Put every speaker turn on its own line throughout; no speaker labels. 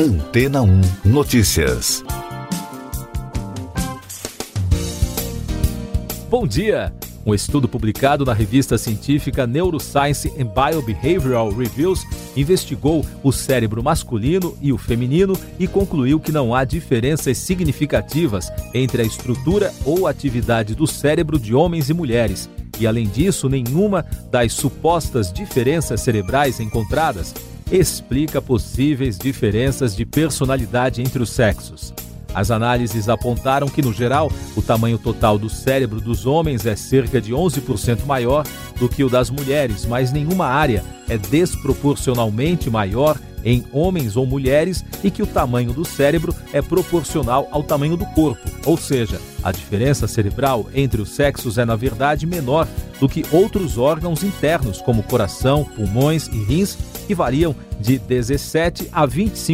Antena 1 Notícias.
Bom dia! Um estudo publicado na revista científica Neuroscience and Biobehavioral Reviews investigou o cérebro masculino e o feminino e concluiu que não há diferenças significativas entre a estrutura ou atividade do cérebro de homens e mulheres. E, além disso, nenhuma das supostas diferenças cerebrais encontradas explica possíveis diferenças de personalidade entre os sexos. As análises apontaram que, no geral, o tamanho total do cérebro dos homens é cerca de 11% maior do que o das mulheres, mas nenhuma área é desproporcionalmente maior em homens ou mulheres e que o tamanho do cérebro é proporcional ao tamanho do corpo, ou seja, a diferença cerebral entre os sexos é, na verdade, menor do que outros órgãos internos, como coração, pulmões e rins, que variam de 17% a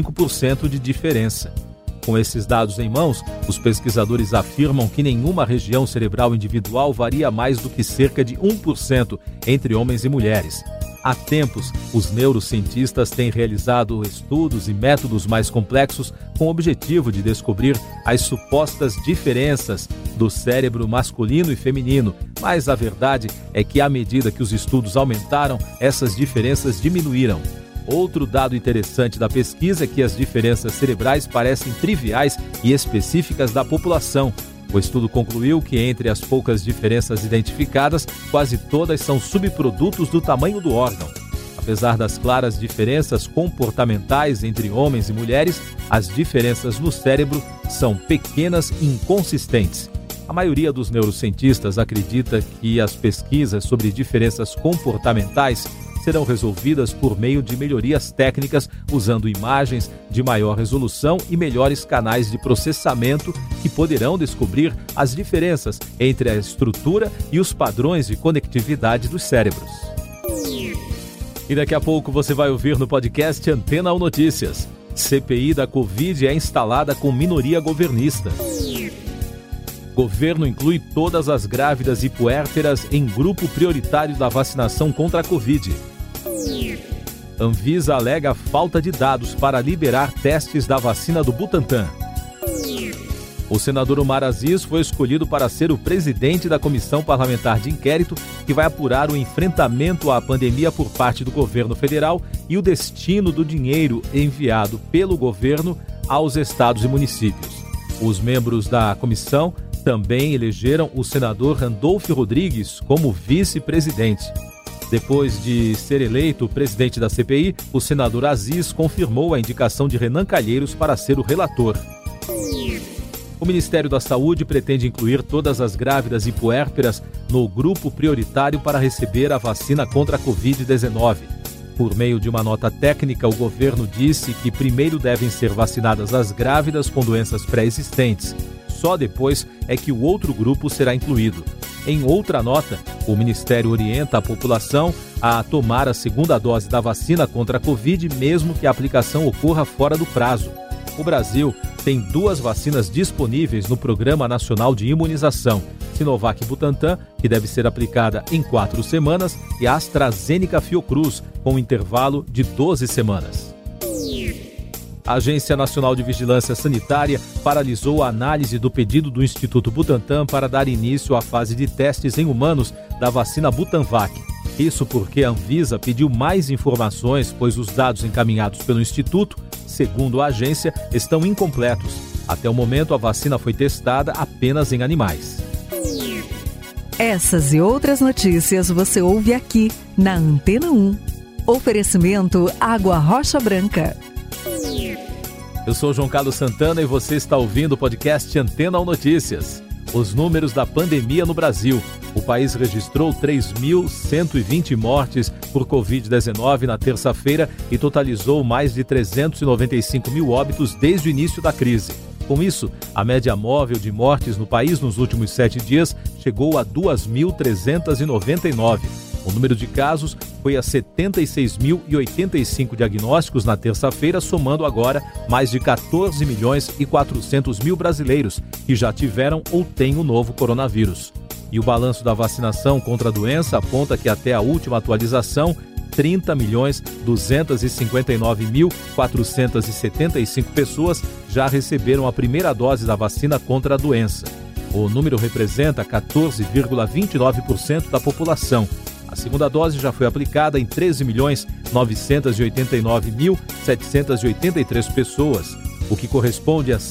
25% de diferença. Com esses dados em mãos, os pesquisadores afirmam que nenhuma região cerebral individual varia mais do que cerca de 1% entre homens e mulheres. Há tempos, os neurocientistas têm realizado estudos e métodos mais complexos com o objetivo de descobrir as supostas diferenças do cérebro masculino e feminino, mas a verdade é que, à medida que os estudos aumentaram, essas diferenças diminuíram. Outro dado interessante da pesquisa é que as diferenças cerebrais parecem triviais e específicas da população. O estudo concluiu que, entre as poucas diferenças identificadas, quase todas são subprodutos do tamanho do órgão. Apesar das claras diferenças comportamentais entre homens e mulheres, as diferenças no cérebro são pequenas e inconsistentes. A maioria dos neurocientistas acredita que as pesquisas sobre diferenças comportamentais serão resolvidas por meio de melhorias técnicas usando imagens de maior resolução e melhores canais de processamento que poderão descobrir as diferenças entre a estrutura e os padrões de conectividade dos cérebros. E daqui a pouco você vai ouvir no podcast Antena 1 Notícias. CPI da Covid é instalada com minoria governista. Governo inclui todas as grávidas e puérperas em grupo prioritário da vacinação contra a Covid. Anvisa alega falta de dados para liberar testes da vacina do Butantan. O senador Omar Aziz foi escolhido para ser o presidente da Comissão Parlamentar de Inquérito que vai apurar o enfrentamento à pandemia por parte do governo federal e o destino do dinheiro enviado pelo governo aos estados e municípios. Os membros da comissão também elegeram o senador Randolfo Rodrigues como vice-presidente. Depois de ser eleito presidente da CPI, o senador Aziz confirmou a indicação de Renan Calheiros para ser o relator. O Ministério da Saúde pretende incluir todas as grávidas e puérperas no grupo prioritário para receber a vacina contra a Covid-19. Por meio de uma nota técnica, o governo disse que primeiro devem ser vacinadas as grávidas com doenças pré-existentes. Só depois é que o outro grupo será incluído. Em outra nota, o Ministério orienta a população a tomar a segunda dose da vacina contra a Covid, mesmo que a aplicação ocorra fora do prazo. O Brasil tem 2 vacinas disponíveis no Programa Nacional de Imunização: Sinovac Butantan, que deve ser aplicada em 4 semanas, e a AstraZeneca Fiocruz, com um intervalo de 12 semanas. A Agência Nacional de Vigilância Sanitária paralisou a análise do pedido do Instituto Butantan para dar início à fase de testes em humanos da vacina Butanvac. Isso porque a Anvisa pediu mais informações, pois os dados encaminhados pelo Instituto, segundo a agência, estão incompletos. Até o momento, a vacina foi testada apenas em animais.
Essas e outras notícias você ouve aqui na Antena 1. Oferecimento Água Rocha Branca.
Eu sou João Carlos Santana e você está ouvindo o podcast Antena 1 Notícias. Os números da pandemia no Brasil. O país registrou 3.120 mortes por Covid-19 na terça-feira e totalizou mais de 395 mil óbitos desde o início da crise. Com isso, a média móvel de mortes no país nos últimos 7 dias chegou a 2.399. O número de casos foi a 76.085 diagnósticos na terça-feira, somando agora mais de 14 milhões e 400 mil brasileiros que já tiveram ou têm o novo coronavírus. E o balanço da vacinação contra a doença aponta que até a última atualização, 30.259.475 pessoas já receberam a primeira dose da vacina contra a doença. O número representa 14,29% da população. A segunda dose já foi aplicada em 13.989.783 pessoas, o que corresponde a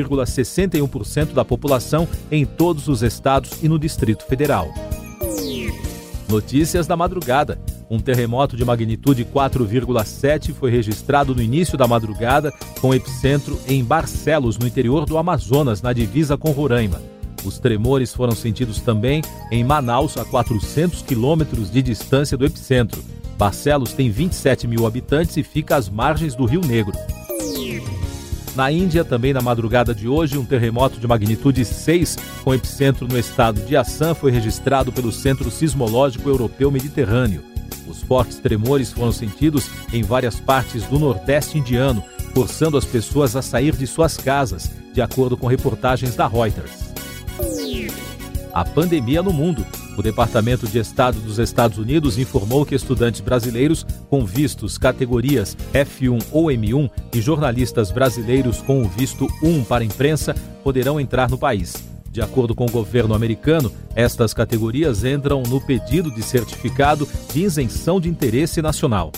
6,61% da população em todos os estados e no Distrito Federal. Notícias da madrugada. Um terremoto de magnitude 4,7 foi registrado no início da madrugada, com epicentro em Barcelos, no interior do Amazonas, na divisa com Roraima. Os tremores foram sentidos também em Manaus, a 400 quilômetros de distância do epicentro. Barcelos tem 27 mil habitantes e fica às margens do Rio Negro. Na Índia, também na madrugada de hoje, um terremoto de magnitude 6, com epicentro no estado de Assam, foi registrado pelo Centro Sismológico Europeu Mediterrâneo. Os fortes tremores foram sentidos em várias partes do Nordeste indiano, forçando as pessoas a sair de suas casas, de acordo com reportagens da Reuters. A pandemia no mundo. O Departamento de Estado dos Estados Unidos informou que estudantes brasileiros com vistos categorias F1 ou M1 e jornalistas brasileiros com o visto 1 para a imprensa poderão entrar no país. De acordo com o governo americano, estas categorias entram no pedido de certificado de isenção de interesse nacional.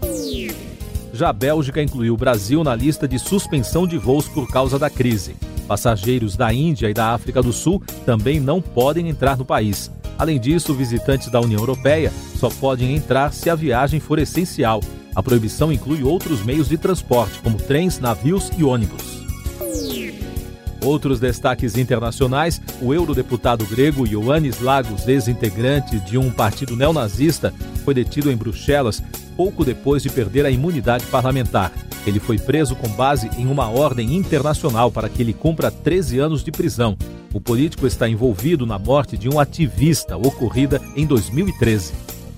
Já a Bélgica incluiu o Brasil na lista de suspensão de voos por causa da crise. Passageiros da Índia e da África do Sul também não podem entrar no país. Além disso, visitantes da União Europeia só podem entrar se a viagem for essencial. A proibição inclui outros meios de transporte, como trens, navios e ônibus. Outros destaques internacionais: o eurodeputado grego Ioannis Lagos, ex-integrante de um partido neonazista, foi detido em Bruxelas pouco depois de perder a imunidade parlamentar. Ele foi preso com base em uma ordem internacional para que ele cumpra 13 anos de prisão. O político está envolvido na morte de um ativista ocorrida em 2013.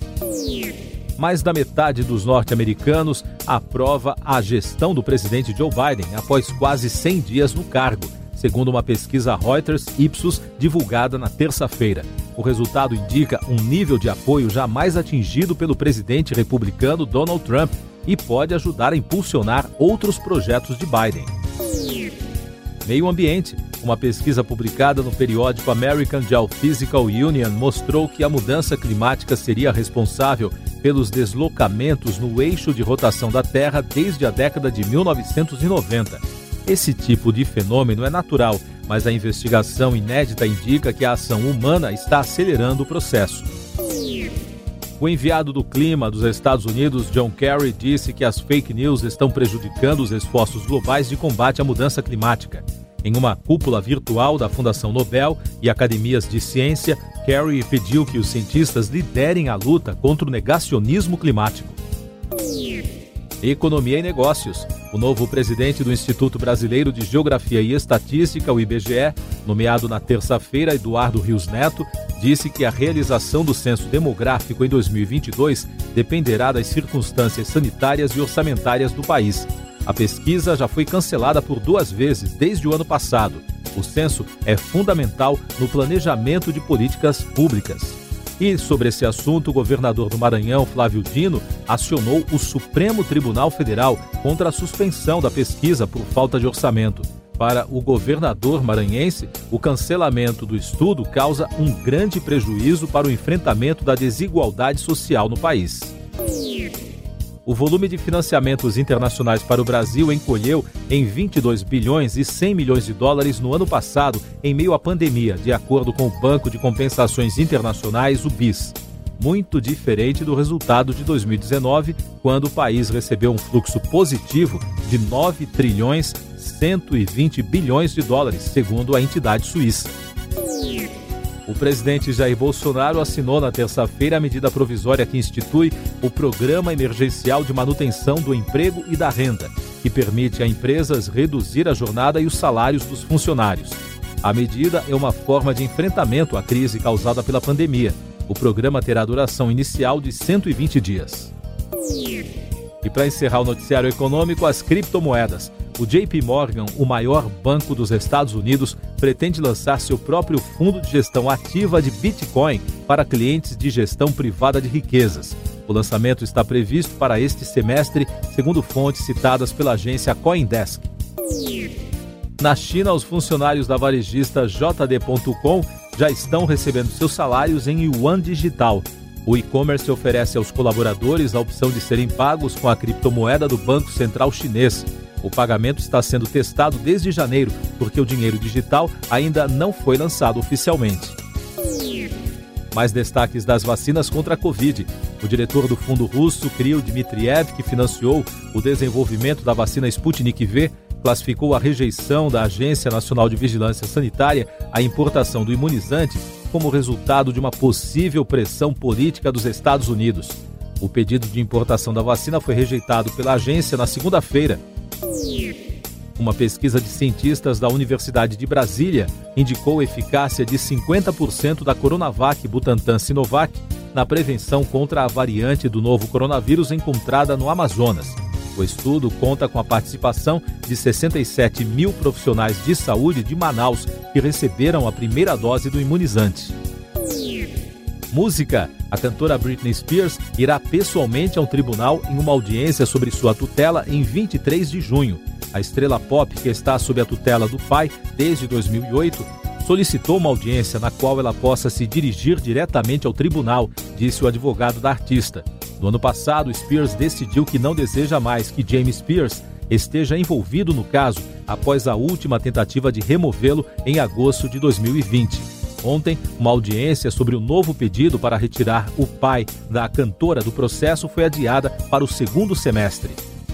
Mais da metade dos norte-americanos aprova a gestão do presidente Joe Biden após quase 100 dias no cargo, segundo uma pesquisa Reuters Ipsos divulgada na terça-feira. O resultado indica um nível de apoio jamais atingido pelo presidente republicano Donald Trump e pode ajudar a impulsionar outros projetos de Biden. Meio ambiente. Uma pesquisa publicada no periódico American Geophysical Union mostrou que a mudança climática seria responsável pelos deslocamentos no eixo de rotação da Terra desde a década de 1990. Esse tipo de fenômeno é natural, mas a investigação inédita indica que a ação humana está acelerando o processo. O enviado do clima dos Estados Unidos, John Kerry, disse que as fake news estão prejudicando os esforços globais de combate à mudança climática. Em uma cúpula virtual da Fundação Nobel e academias de ciência, Kerry pediu que os cientistas liderem a luta contra o negacionismo climático. Economia e negócios. O novo presidente do Instituto Brasileiro de Geografia e Estatística, o IBGE, nomeado na terça-feira, Eduardo Rios Neto, disse que a realização do censo demográfico em 2022 dependerá das circunstâncias sanitárias e orçamentárias do país. A pesquisa já foi cancelada por 2 vezes desde o ano passado. O censo é fundamental no planejamento de políticas públicas. E, sobre esse assunto, o governador do Maranhão, Flávio Dino, acionou o Supremo Tribunal Federal contra a suspensão da pesquisa por falta de orçamento. Para o governador maranhense, o cancelamento do estudo causa um grande prejuízo para o enfrentamento da desigualdade social no país. O volume de financiamentos internacionais para o Brasil encolheu em 22 bilhões e 100 milhões de dólares no ano passado, em meio à pandemia, de acordo com o Banco de Compensações Internacionais, o BIS. Muito diferente do resultado de 2019, quando o país recebeu um fluxo positivo de 9 trilhões 120 bilhões de dólares, segundo a entidade suíça. O presidente Jair Bolsonaro assinou na terça-feira a medida provisória que institui o Programa Emergencial de Manutenção do Emprego e da Renda, que permite a empresas reduzir a jornada e os salários dos funcionários. A medida é uma forma de enfrentamento à crise causada pela pandemia. O programa terá duração inicial de 120 dias. E para encerrar o noticiário econômico, as criptomoedas. O JP Morgan, o maior banco dos Estados Unidos, pretende lançar seu próprio fundo de gestão ativa de Bitcoin para clientes de gestão privada de riquezas. O lançamento está previsto para este semestre, segundo fontes citadas pela agência CoinDesk. Na China, os funcionários da varejista JD.com já estão recebendo seus salários em yuan digital. O e-commerce oferece aos colaboradores a opção de serem pagos com a criptomoeda do Banco Central Chinês. O pagamento está sendo testado desde janeiro, porque o dinheiro digital ainda não foi lançado oficialmente. Mais destaques das vacinas contra a Covid. O diretor do fundo russo, Kirill Dmitriev, que financiou o desenvolvimento da vacina Sputnik V, classificou a rejeição da Agência Nacional de Vigilância Sanitária à importação do imunizante como resultado de uma possível pressão política dos Estados Unidos. O pedido de importação da vacina foi rejeitado pela agência na segunda-feira. Uma pesquisa de cientistas da Universidade de Brasília indicou eficácia de 50% da Coronavac Butantan Sinovac na prevenção contra a variante do novo coronavírus encontrada no Amazonas. O estudo conta com a participação de 67 mil profissionais de saúde de Manaus que receberam a primeira dose do imunizante. Música. A cantora Britney Spears irá pessoalmente ao tribunal em uma audiência sobre sua tutela em 23 de junho. A estrela pop, que está sob a tutela do pai desde 2008, solicitou uma audiência na qual ela possa se dirigir diretamente ao tribunal, disse o advogado da artista. No ano passado, Spears decidiu que não deseja mais que James Spears esteja envolvido no caso após a última tentativa de removê-lo em agosto de 2020. Ontem, uma audiência sobre o novo pedido para retirar o pai da cantora do processo foi adiada para o segundo semestre.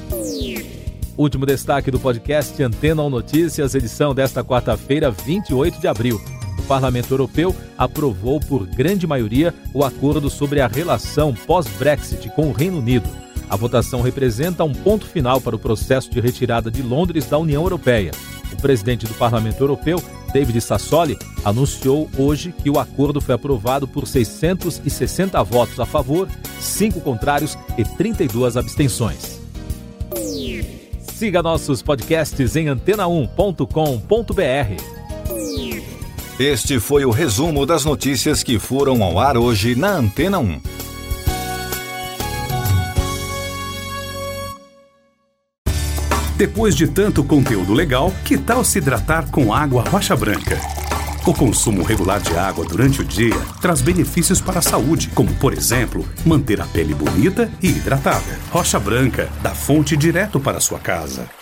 Último destaque do podcast Antena 1 Notícias, edição desta quarta-feira, 28 de abril. O Parlamento Europeu aprovou por grande maioria o acordo sobre a relação pós-Brexit com o Reino Unido. A votação representa um ponto final para o processo de retirada de Londres da União Europeia. O presidente do Parlamento Europeu, David Sassoli, anunciou hoje que o acordo foi aprovado por 660 votos a favor, 5 contrários e 32 abstenções. Siga nossos podcasts em antena1.com.br.
Este foi o resumo das notícias que foram ao ar hoje na Antena 1.
Depois de tanto conteúdo legal, que tal se hidratar com água Rocha Branca? O consumo regular de água durante o dia traz benefícios para a saúde, como, por exemplo, manter a pele bonita e hidratada. Rocha Branca, da fonte direto para a sua casa.